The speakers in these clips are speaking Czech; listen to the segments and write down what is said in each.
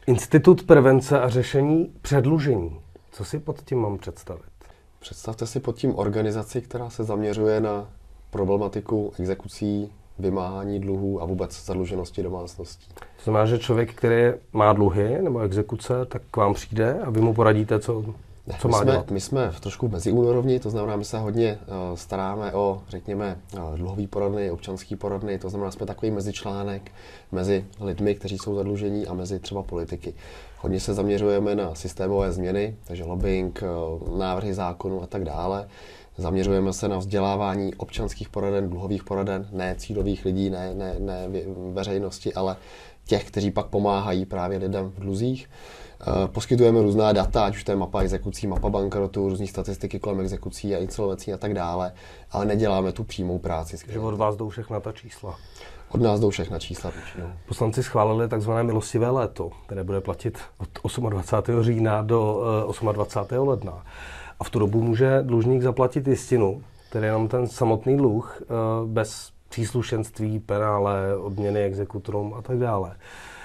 Institut prevence a řešení předlužení. Co si pod tím mám představit? Představte si pod tím organizaci, která se zaměřuje na problematiku exekucí, vymáhání dluhů a vůbec zadluženosti domácností. To znamená, že člověk, který má dluhy nebo exekuce, tak k vám přijde a vy mu poradíte, co má dělat? My jsme v trošku meziúrovni, to znamená, my se hodně staráme o, řekněme, dluhový poradny, občanský poradny, to znamená, jsme takový mezičlánek mezi lidmi, kteří jsou zadlužení a mezi třeba politiky. Hodně se zaměřujeme na systémové změny, takže lobbying, návrhy zákonů a tak dále. Zaměřujeme se na vzdělávání občanských poraden, dluhových poraden, ne cílových lidí, ne veřejnosti, ale těch, kteří pak pomáhají právě lidem v dluzích. Poskytujeme různá data, ať už to je mapa exekucí, mapa bankrotu, různé statistiky kolem exekucí a insolvencí a tak dále, ale neděláme tu přímou práci. Že od vás jdou všechna ta čísla. Od nás jdou všechna čísla. Poslanci schválili takzvané milostivé léto, které bude platit od 28. října do 28. ledna. A v tu dobu může dlužník zaplatit jistinu, tedy jenom ten samotný dluh, bez příslušenství, penále, odměny exekutorům a tak dále.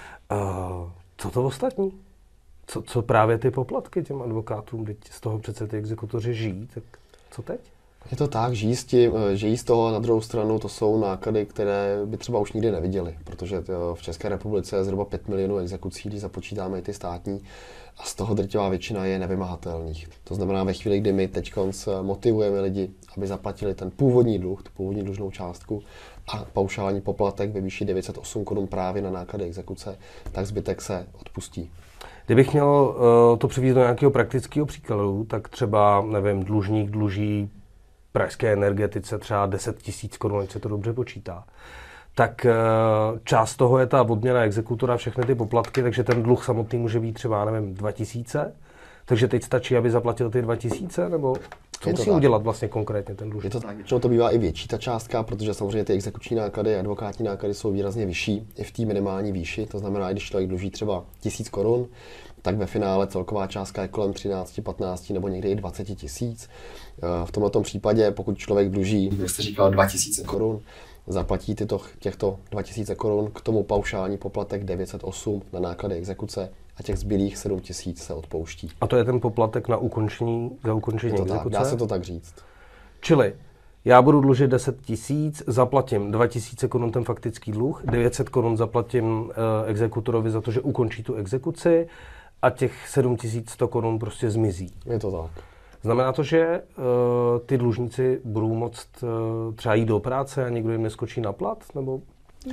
Co to ostatní? Co právě ty poplatky těm advokátům, teď z toho přece ty exekutoři žijí, tak co teď? Je to tak, žijí z toho, na druhou stranu to jsou náklady, které by třeba už nikdy neviděli, protože v České republice je zhruba 5 milionů exekucí, když započítáme i ty státní, a z toho drtivá většina je nevymahatelných. To znamená, ve chvíli, kdy my teď motivujeme lidi, aby zaplatili ten původní dluh, tu původní dlužnou částku a paušální poplatek ve výši 908 korun právě na náklady exekuce, tak zbytek se odpustí. Kdybych měl to přivést do nějakého praktického příkladu, tak třeba, nevím, dlužník dluží pražské energetice třeba 10 000 korun, ať se to dobře počítá. Tak část toho je ta odměna exekutora, všechny ty poplatky, takže ten dluh samotný může být třeba, nevím, 2000. Takže teď stačí, aby zaplatil ty 2000, nebo co musí udělat vlastně konkrétně ten dlužník? Je to tak, většinou to bývá i větší ta částka, protože samozřejmě ty exekuční náklady a advokátní náklady jsou výrazně vyšší i v té minimální výši. To znamená, když člověk dluží třeba 1000 korun, tak ve finále celková částka je kolem 13, 15 nebo někdy i 20 000. V tomto případě, pokud člověk dluží, jak jste říkal, 2000 korun, zaplatí těchto 2000 korun, k tomu paušální poplatek 908 na náklady exekuce a těch zbylých 7 000 se odpouští. A to je ten poplatek za ukončení exekuce? Tak, dá se to tak říct. Čili já budu dlužit 10 000, zaplatím 2000 korun ten faktický dluh, 900 korun zaplatím exekutorovi za to, že ukončí tu exekuci a těch 7100 korun prostě zmizí. Je to tak. Znamená to, že ty dlužníci budou moct třeba jít do práce a někdo jim neskočí na plat? Nebo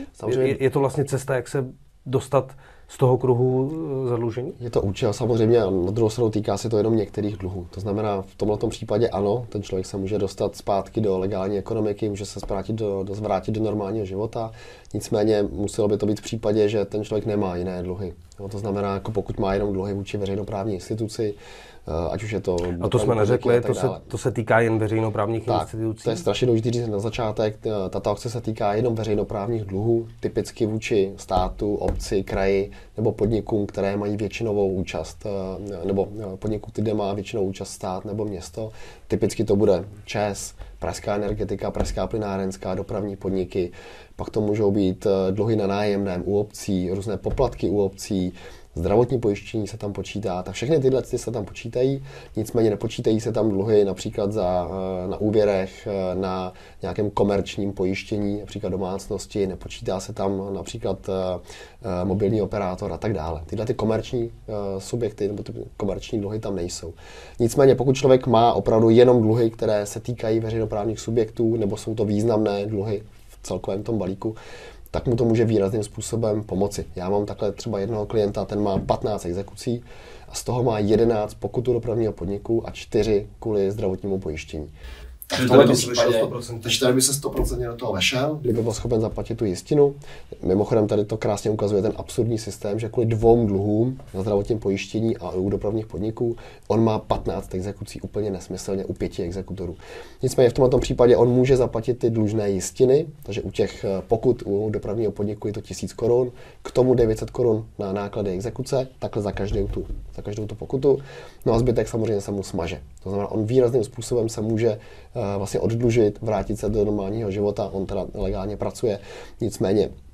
je to vlastně cesta, jak se dostat z toho kruhu zadlužení? Je to účel samozřejmě a na druhou stranu týká se to jenom některých dluhů. To znamená, v tomto případě ano, ten člověk se může dostat zpátky do legální ekonomiky, může se zvrátit do normálního života. Nicméně muselo by to být v případě, že ten člověk nemá jiné dluhy. No, to znamená, jako pokud má jenom dluhy vůči veřejnoprávní instituci, ať už je to... A to jsme neřekli, to se týká jen veřejnoprávních institucí. To je strašně důležité říct na začátek. Tato akce se týká jenom veřejnoprávních dluhů, typicky vůči státu, obci, kraji nebo podnikům, které mají většinovou účast, nebo podniků, kde má většinou účast stát nebo město. Typicky to bude ČEZ, Pražská energetika, Pražská plynárenská, dopravní podniky. Pak to můžou být dluhy na nájemném u obcí, různé poplatky u obcí, zdravotní pojištění se tam počítá, tak všechny tyhle se tam počítají, nicméně nepočítají se tam dluhy například na úvěrech, na nějakém komerčním pojištění, například domácnosti, nepočítá se tam například mobilní operátor a tak dále. Tyhle ty komerční subjekty nebo ty komerční dluhy tam nejsou. Nicméně pokud člověk má opravdu jenom dluhy, které se týkají veřejnoprávních subjektů, nebo jsou to významné dluhy v celkovém tom balíku, tak mu to může výrazným způsobem pomoci. Já mám takhle třeba jednoho klienta, ten má 15 exekucí a z toho má 11 pokutu dopravního podniku a 4 kvůli zdravotnímu pojištění. Takže tady by se 100% do toho vešel, kdyby byl schopen zaplatit tu jistinu. Mimochodem tady to krásně ukazuje ten absurdní systém, že kvůli 2 dluhům na zdravotním pojištění a u dopravních podniků on má 15 exekucí úplně nesmyslně u 5 exekutorů. Nicméně v tomto případě on může zaplatit ty dlužné jistiny, takže u těch pokut u dopravního podniku je to 1000 korun, k tomu 900 korun na náklady exekuce, takhle za každou tu pokutu. No a zbytek samozřejmě se mu smaže. To znamená, on výrazným způsobem se může vlastně oddlužit, vrátit se do normálního života, on teda legálně pracuje, nicméně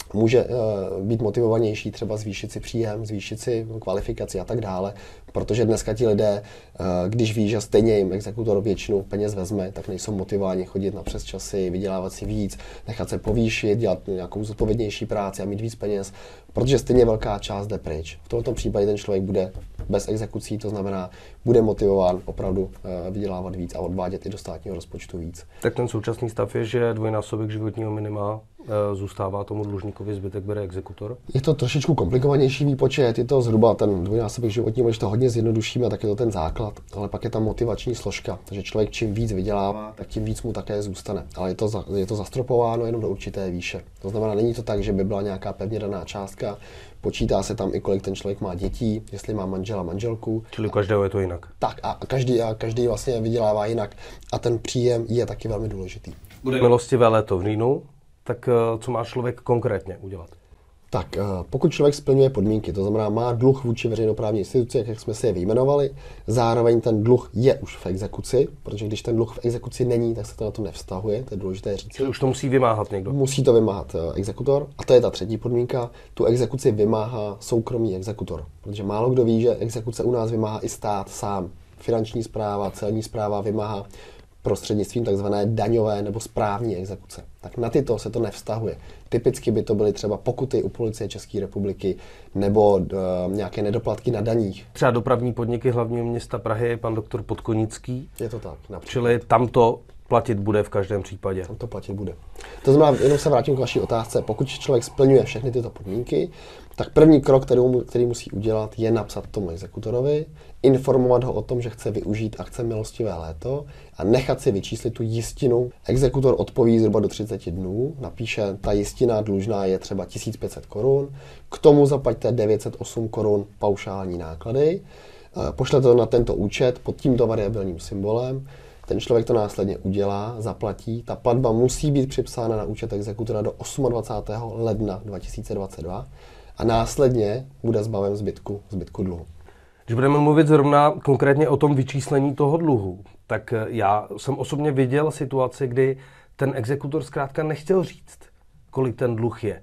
může být motivovanější třeba zvýšit si příjem, zvýšit si kvalifikaci a tak dále, protože dneska ti lidé, když ví, že stejně jim exekutor většinu peněz vezme, tak nejsou motivováni chodit na přesčasy, vydělávat si víc, nechat se povýšit, dělat nějakou zodpovědnější práci a mít víc peněz, protože stejně velká část jde pryč. V tomto případě ten člověk bude bez exekucí, to znamená, bude motivován opravdu vydělávat víc a odvádět i do státního rozpočtu víc. Tak ten současný stav je, že dvojnásobek životního minima zůstává tomu dlužníkovi, zbytek bere exekutor? Je to trošičku komplikovanější výpočet, je to zhruba ten dvojnásobek životního, když to hodně zjednodušíme, tak je to ten základ, ale pak je tam motivační složka, takže člověk čím víc vydělává, tak tím víc mu také zůstane, ale je to zastropováno jenom do určité výše. To znamená, není to tak, že by byla nějaká pevně daná částka, počítá se tam i kolik ten člověk má dětí, jestli má manžela, manželku. Čili každého je to jinak. Tak a každý vlastně vydělává jinak a ten příjem je taky velmi důležitý. Bude milostivé léto v říjnu, tak co má člověk konkrétně udělat? Tak pokud člověk splňuje podmínky, to znamená má dluh vůči veřejnoprávní instituci, jak jsme si je vyjmenovali, zároveň ten dluh je už v exekuci, protože když ten dluh v exekuci není, tak se to na to nevztahuje, to je důležité říct. Čili už to musí vymáhat někdo? Musí to vymáhat exekutor a to je ta třetí podmínka, tu exekuci vymáhá soukromý exekutor, protože málo kdo ví, že exekuce u nás vymáhá i stát sám. Finanční správa, celní správa vymáhá prostřednictvím takzvané daňové nebo správní exekuce. Tak na tyto se to nevztahuje. Typicky by to byly třeba pokuty u Policie České republiky nebo nějaké nedoplatky na daních. Třeba dopravní podniky hlavního města Prahy je pan doktor Podkonický. Je to tak, například. Čili tam to platit bude v každém případě. Tam to platit bude. To znamená, jenom se vrátím k vaší otázce, pokud člověk splňuje všechny tyto podmínky, tak první krok, který musí udělat, je napsat tomu exekutorovi, informovat ho o tom, že chce využít akce milostivé léto a nechat si vyčíslit tu jistinu. Exekutor odpoví zhruba do 30 dnů, napíše, ta jistina dlužná je třeba 1500 korun, k tomu zaplaťte 908 korun paušální náklady, pošlete to na tento účet pod tímto variabilním symbolem. Ten člověk to následně udělá, zaplatí. Ta platba musí být připsána na účet exekutora do 28. ledna 2022 a následně bude zbaven zbytku dluhu. Když budeme mluvit zrovna konkrétně o tom vyčíslení toho dluhu, tak já jsem osobně viděl situaci, kdy ten exekutor zkrátka nechtěl říct, kolik ten dluh je.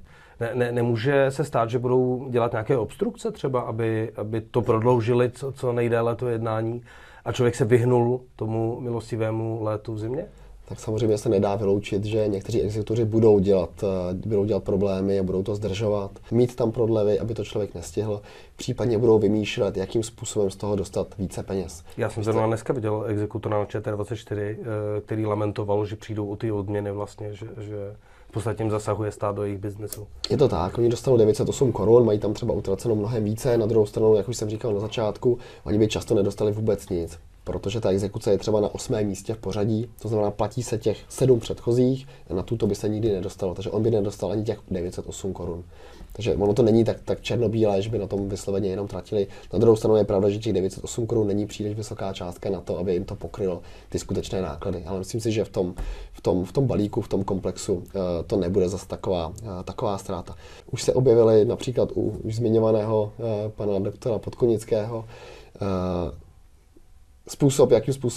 Nemůže se stát, že budou dělat nějaké obstrukce třeba, aby to prodloužili co nejdéle to jednání a člověk se vyhnul tomu milostivému létu v zimě? Tak samozřejmě se nedá vyloučit, že někteří exekutoři budou dělat problémy a budou to zdržovat, mít tam prodlevy, aby to člověk nestihl, případně budou vymýšlet, jakým způsobem z toho dostat více peněz. Já jsem zrovna dneska viděl exekutora na ČT24, který lamentoval, že přijdou o ty odměny vlastně, že v podstatě jim zasahuje stát do jejich biznesu. Je to tak, oni dostanou 908 korun, mají tam třeba utraceno mnohem více, na druhou stranu, jak už jsem říkal na začátku, oni by často nedostali vůbec nic. Protože ta exekuce je třeba na 8. místě v pořadí, to znamená platí se těch 7 předchozích a na tuto by se nikdy nedostalo, takže on by nedostal ani těch 908 korun. Takže ono to není tak černobílé, že by na tom vysloveně jenom tratili. Na druhou stranu je pravda, že těch 908 korun není příliš vysoká částka na to, aby jim to pokrylo ty skutečné náklady. Ale myslím si, že v tom balíku, v tom komplexu to nebude zase taková ztráta. Už se objevily například u už zmiňovaného pana doktora Podkonického způsob,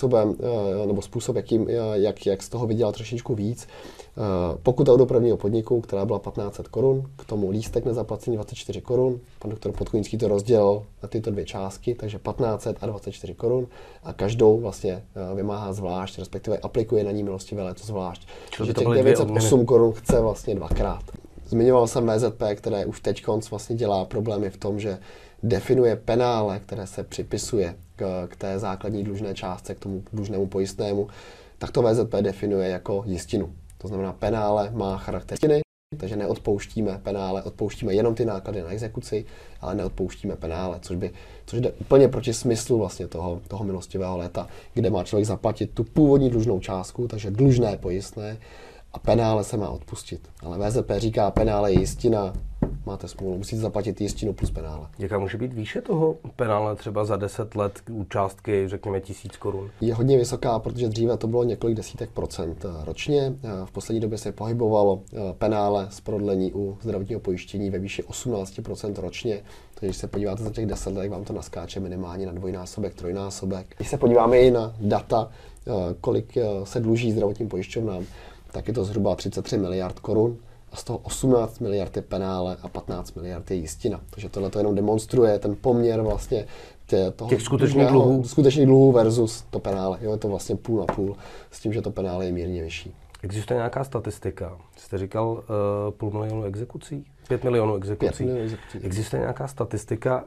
jak z toho vydělat trošičku víc. Pokuta od dopravního podniku, která byla 1500 korun, k tomu lístek nezaplacený 24 korun. Pan doktor Podkonický to rozdělil na tyto dvě částky, takže 1500 a 24 korun a každou vlastně vymáhá zvlášť, respektive aplikuje na ní milostivé léto zvlášť. Takže těch 908 korun chce vlastně dvakrát. Zmiňoval jsem VZP, které už teď vlastně dělá problémy v tom, že definuje penále, které se připisuje k té základní dlužné částce, k tomu dlužnému pojistnému, tak to VZP definuje jako jistinu. To znamená, penále má charakter jistiny, takže neodpouštíme penále, odpouštíme jenom ty náklady na exekuci, ale neodpouštíme penále, což jde úplně proti smyslu vlastně toho milostivého léta, kde má člověk zaplatit tu původní dlužnou částku, takže dlužné pojistné, a penále se má odpustit. Ale VZP říká, penále je jistina, máte smůlu, musíte zaplatit jistinu plus penále. Jaká může být výše toho penále třeba za 10 let u částky, řekněme 1000 korun? Je hodně vysoká, protože dříve to bylo několik desítek procent ročně. V poslední době se pohybovalo penále z prodlení u zdravotního pojištění ve výši 18% ročně. Takže když se podíváte za těch 10 let, vám to naskáče minimálně na dvojnásobek, trojnásobek. Když se podíváme i na data, kolik se dluží zdravotním pojišťovnám, tak je to zhruba 33 miliard korun a z toho 18 miliard je penále a 15 miliard je jistina. Takže tohle to jenom demonstruje ten poměr vlastně těch skutečných dluhů versus to penále. Jo, je to vlastně půl na půl s tím, že to penále je mírně vyšší. Existuje nějaká statistika? Jste říkal 500 000 exekucí? 5 milionů exekucí. 5 milionů exekucí. Existuje nějaká statistika,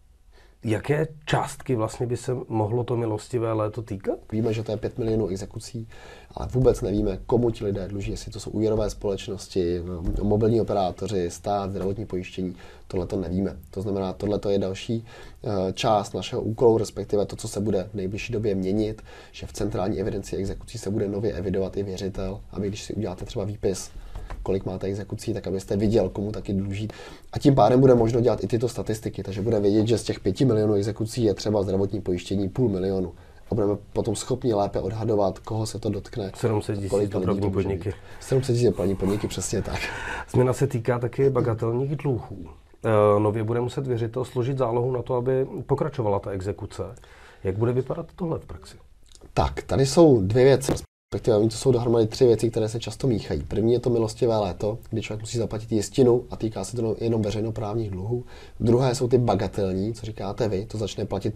jaké částky vlastně by se mohlo to milostivé léto týkat? Víme, že to je 5 milionů exekucí, ale vůbec nevíme, komu ti lidé dluží, jestli to jsou úvěrové společnosti, mobilní operátoři, stát, zdravotní pojištění, tohle to nevíme. To znamená, tohle je další část našeho úkolu, respektive to, co se bude v nejbližší době měnit, že v centrální evidenci exekucí se bude nově evidovat i věřitel, aby když si uděláte třeba výpis, kolik máte exekucí, tak abyste viděl, komu taky dluží. A tím pádem bude možno dělat i tyto statistiky, takže bude vědět, že z těch 5 milionů exekucí je třeba zdravotní pojištění 500 000. A budeme potom schopni lépe odhadovat, koho se to dotkne. 700 000 dopravní podniky. 700 000 dopravní podniky, přesně tak. Změna se týká taky bagatelních dluhů. Nově bude muset věřitel složit zálohu na to, aby pokračovala ta exekuce. Jak bude vypadat tohle v praxi? Tak, tady jsou dvě věci. Respektive to jsou dohromady 3 věci, které se často míchají. První je to milostivé léto, kdy člověk musí zaplatit jistinu a týká se to jenom veřejnoprávních dluhů. Druhé jsou ty bagatelní, co říkáte vy, to začne platit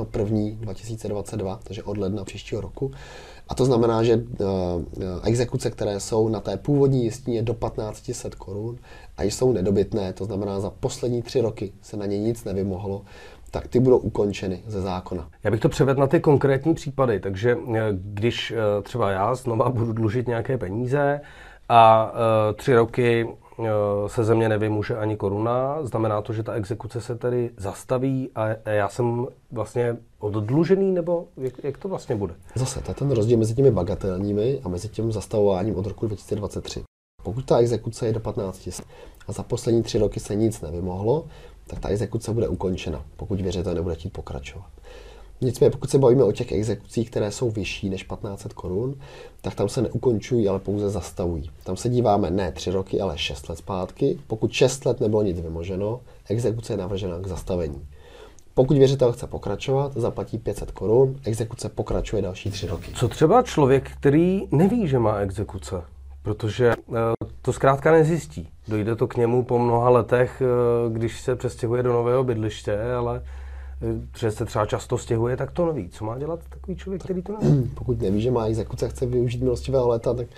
1.1.2022, takže od ledna příštího roku. A to znamená, že exekuce, které jsou na té původní jistině do 1500 korun a jsou nedobytné, to znamená za poslední 3 roky se na ně nic nevymohlo, tak ty budou ukončeny ze zákona. Já bych to převedl na ty konkrétní případy, takže když třeba já znova budu dlužit nějaké peníze a 3 roky se ze mě nevymůže ani koruna, znamená to, že ta exekuce se tedy zastaví a já jsem vlastně oddlužený, nebo jak to vlastně bude? Zase, to je ten rozdíl mezi těmi bagatelními a mezi tím zastavováním od roku 2023. Pokud ta exekuce je do 15 000 a za poslední 3 roky se nic nevymohlo, tak ta exekuce bude ukončena, pokud věřitel nebude chtít pokračovat. Nicméně, pokud se bavíme o těch exekucích, které jsou vyšší než 1500 korun, tak tam se neukončují, ale pouze zastavují. Tam se díváme ne 3 roky, ale 6 let zpátky. Pokud 6 let nebylo nic vymoženo, exekuce je navržena k zastavení. Pokud věřitel chce pokračovat, zaplatí 500 korun, exekuce pokračuje další 3 roky. Co třeba člověk, který neví, že má exekuce? Protože to zkrátka nezjistí. Dojde to k němu po mnoha letech, když se přestěhuje do nového bydliště, ale protože se třeba často stěhuje, tak to neví. Co má dělat takový člověk, který to neví? Pokud neví, že má exekuce, chce využít milostivého léta, tak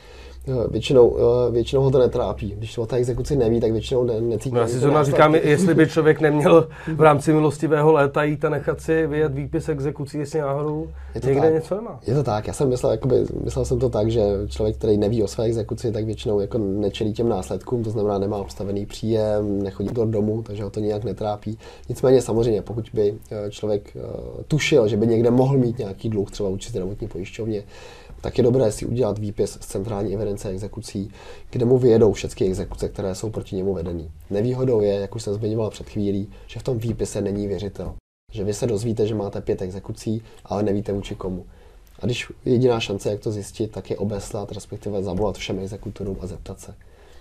většinou ho to netrápí. Když o té exekuci neví, tak většinou necítí. No já si zrovna říkám, jestli by člověk neměl v rámci milostivého léta jít a nechat si vyjet výpis exekucí, jestli náhodou někde tak. Něco nemá. Je to tak. Já jsem myslel jsem to tak, že člověk, který neví o své exekuci, tak většinou jako nečelí těm následkům, to znamená nemá obstavený příjem, nechodí do domu, takže ho to nijak netrápí. Nicméně samozřejmě, pokud by člověk tušil, že by někde mohl mít nějaký dluh, třeba vůči zdravotní pojišťovně, tak je dobré si udělat výpis z centrální evidence exekucí, kde mu vyjedou všechny exekuce, které jsou proti němu vedeny. Nevýhodou je, jak už jsem zmiňoval před chvílí, že v tom výpise není věřitel. Že vy se dozvíte, že máte 5 exekucí, ale nevíte vůči komu. A když jediná šance, jak to zjistit, tak je obeslat, respektive zavolat všem exekutorům a zeptat se.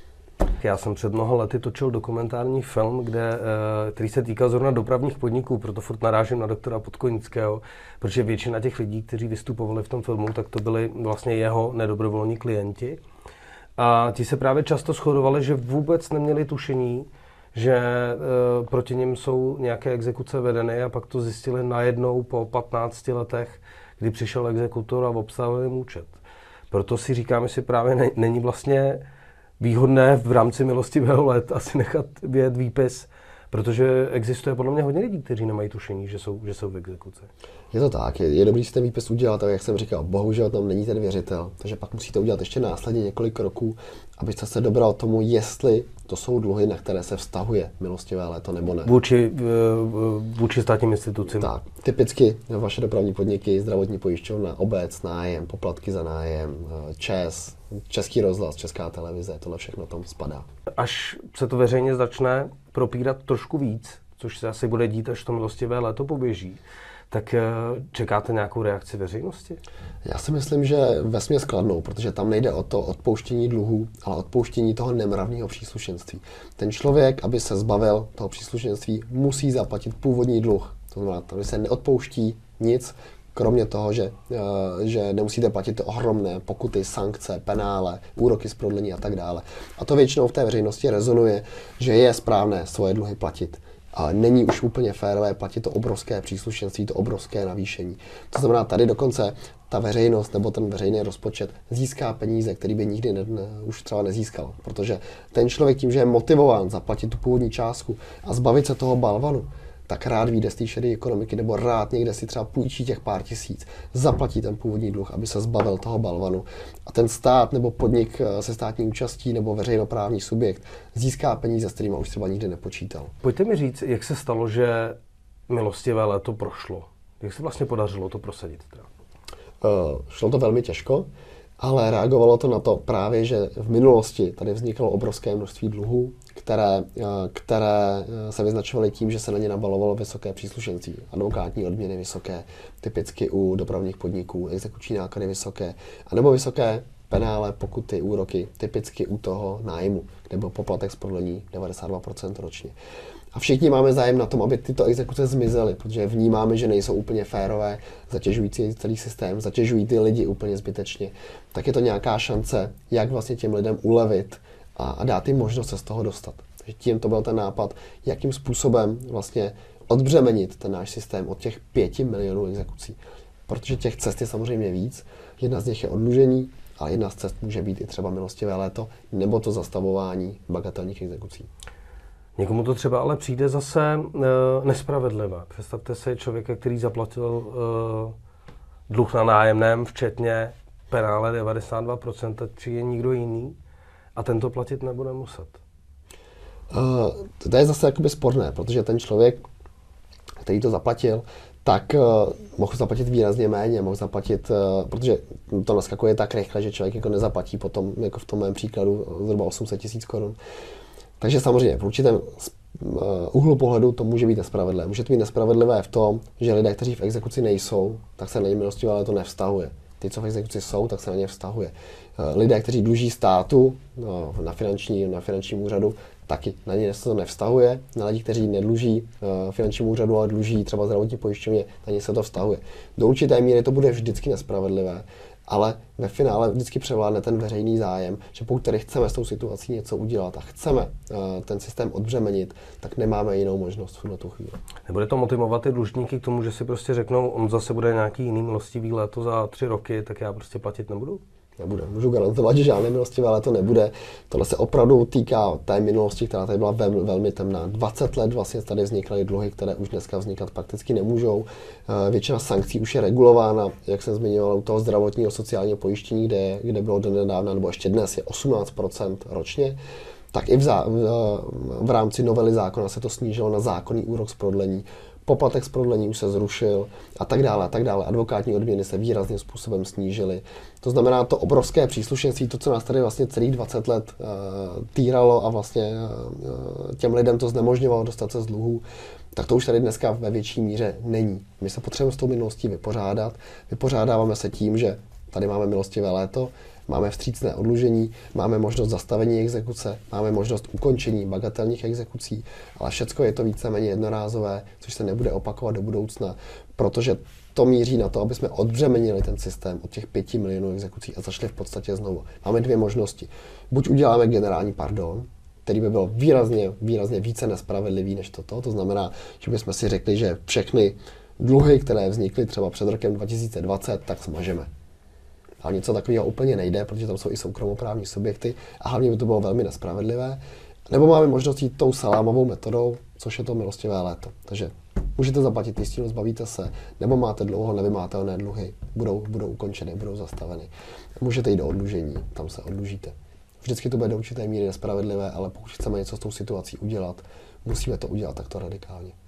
Já jsem před mnoha lety točil dokumentární film, který se týkal zrovna dopravních podniků, proto furt narážím na doktora Podkonického, protože většina těch lidí, kteří vystupovali v tom filmu, tak to byli vlastně jeho nedobrovolní klienti. A ti se právě často shodovali, že vůbec neměli tušení, že proti nim jsou nějaké exekuce vedeny a pak to zjistili najednou po 15 letech, kdy přišel exekutor a obstavil jim účet. Proto si říkám, jestli právě není vlastně výhodné v rámci milostivého léta asi nechat vyjet výpis, protože existuje podle mě hodně lidí, kteří nemají tušení, že jsou v exekuci. Je to tak, je dobrý si ten výpis udělat, tak jak jsem říkal, bohužel tam není ten věřitel, takže pak musíte udělat ještě následně několik kroků, abyste se dobral tomu, jestli to jsou dluhy, na které se vztahuje milostivé léto nebo ne. Vůči státním institucím. Tak, typicky vaše dopravní podniky, zdravotní pojišťovna, obec, nájem, poplatky za nájem, ČES, Český rozhlas, Česká televize, tohle všechno tam spadá. Až se to veřejně začne propírat trošku víc, což se asi bude dít, až to milostivé léto poběží, tak čekáte nějakou reakci veřejnosti? Já si myslím, že vesměs kladnou, protože tam nejde o to odpouštění dluhů, ale odpouštění toho nemravného příslušenství. Ten člověk, aby se zbavil toho příslušenství, musí zaplatit původní dluh. To znamená, tady se neodpouští nic, kromě toho, že nemusíte platit ohromné pokuty, sankce, penále, úroky z prodlení a tak dále. A to většinou v té veřejnosti rezonuje, že je správné svoje dluhy platit. Ale není už úplně férové platit to obrovské příslušenství, to obrovské navýšení. To znamená, tady dokonce ta veřejnost nebo ten veřejný rozpočet získá peníze, který by nikdy už třeba nezískal. Protože ten člověk tím, že je motivován zaplatit tu původní částku a zbavit se toho balvanu, tak rád vyjde z té šedé ekonomiky nebo rád někde si třeba půjčí těch pár tisíc, zaplatí ten původní dluh, aby se zbavil toho balvanu. A ten stát nebo podnik se státní účastí nebo veřejnoprávní subjekt získá peníze, s kterými už třeba nikdy nepočítal. Pojďte mi říct, jak se stalo, že milostivé léto prošlo? Jak se vlastně podařilo to prosadit? Šlo to velmi těžko, ale reagovalo to na to právě, že v minulosti tady vzniklo obrovské množství dluhů, které se vyznačovaly tím, že se na ně nabalovalo vysoké příslušenství, advokátní odměny vysoké, typicky u dopravních podniků, exekuční náklady vysoké, anebo vysoké penále, pokuty, úroky, typicky u toho nájmu, kde byl poplatek z prodlení 92% ročně. A všichni máme zájem na tom, aby tyto exekuce zmizely, protože vnímáme, že nejsou úplně férové, zatěžující celý systém, zatěžují ty lidi úplně zbytečně. Tak je to nějaká šance, jak vlastně těm lidem ulevit a dát jim možnost se z toho dostat. Takže tím to byl ten nápad, jakým způsobem vlastně odbřemenit ten náš systém od těch 5 milionů exekucí. Protože těch cest je samozřejmě víc. Jedna z nich je oddlužení, ale jedna z cest může být i třeba milostivé léto nebo to zastavování bagatelních exekucí. Někomu to třeba ale přijde zase nespravedlivé. Představte si člověka, který zaplatil dluh na nájemném, včetně penále 92%, či je někdo jiný a ten to platit nebude muset. To je zase jakoby sporné, protože ten člověk, který to zaplatil, tak mohl zaplatit výrazně méně, mohl zaplatit, protože to naskakuje tak rychle, že člověk jako nezaplatí potom, jako v tom mém příkladu, zhruba 800 000 korun. Takže samozřejmě v určitém úhlu pohledu to může být nespravedlivé. Může to být nespravedlivé v tom, že lidé, kteří v exekuci nejsou, tak se na ně milostivé léto nevztahuje. Ty, co v exekuci jsou, tak se na ně vztahuje. Lidé, kteří dluží státu na finančním úřadu, taky na ně se to nevztahuje. Na lidi, kteří nedluží finančnímu úřadu, ale dluží třeba zdravotní pojišťovně, na ně se to vztahuje. Do určité míry to bude vždycky nespravedlivé, ale ve finále vždycky převládne ten veřejný zájem, že pokud tady chceme s tou situací něco udělat a chceme ten systém odbřemenit, tak nemáme jinou možnost v tu chvíli. Nebude to motivovat ty dlužníky k tomu, že si prostě řeknou, on zase bude nějaký jiný milostivý léto za 3 roky, tak já prostě platit nebudu? Nebude. Můžu garantovat, že žádné milostivé léto nebude. Tohle se opravdu týká té minulosti, která tady byla velmi temná. 20 let vlastně tady vznikaly dluhy, které už dneska vznikat prakticky nemůžou. Většina sankcí už je regulována, jak jsem zmiňoval, u toho zdravotního sociálního pojištění, kde bylo donedávna, nebo ještě dnes je 18% ročně. Tak i v rámci novely zákona se to snížilo na zákonný úrok z prodlení. Poplatek z prodlení už se zrušil a tak dále, a tak dále. Advokátní odměny se výrazným způsobem snížily. To znamená, to obrovské příslušenství, to, co nás tady vlastně celých 20 let týralo a vlastně těm lidem to znemožňovalo dostat se z dluhů, tak to už tady dneska ve větší míře není. My se potřebujeme s tou minulostí vypořádat. Vypořádáváme se tím, že tady máme milostivé léto, máme vstřícné oddlužení, máme možnost zastavení exekuce, máme možnost ukončení bagatelních exekucí, ale všecko je to víceméně jednorázové, což se nebude opakovat do budoucna, protože to míří na to, aby jsme odbřemenili ten systém od těch 5 milionů exekucí a začali v podstatě znovu. Máme 2 možnosti. Buď uděláme generální pardon, který by byl výrazně více nespravedlivý než toto, to znamená, že bychom si řekli, že všechny dluhy, které vznikly třeba před rokem 2020, tak smažeme. Ale něco takového úplně nejde, protože tam jsou i soukromoprávní subjekty a hlavně by to bylo velmi nespravedlivé. Nebo máme možnost jít tou salámovou metodou, což je to milostivé léto. Takže můžete zaplatit jistinu, zbavíte se, nebo máte dlouho nevymahatelné dluhy, budou ukončeny, budou zastaveny. Můžete jít do oddlužení, tam se oddlužíte. Vždycky to bude do určité míry nespravedlivé, ale pokud chceme něco s tou situací udělat, musíme to udělat takto radikálně.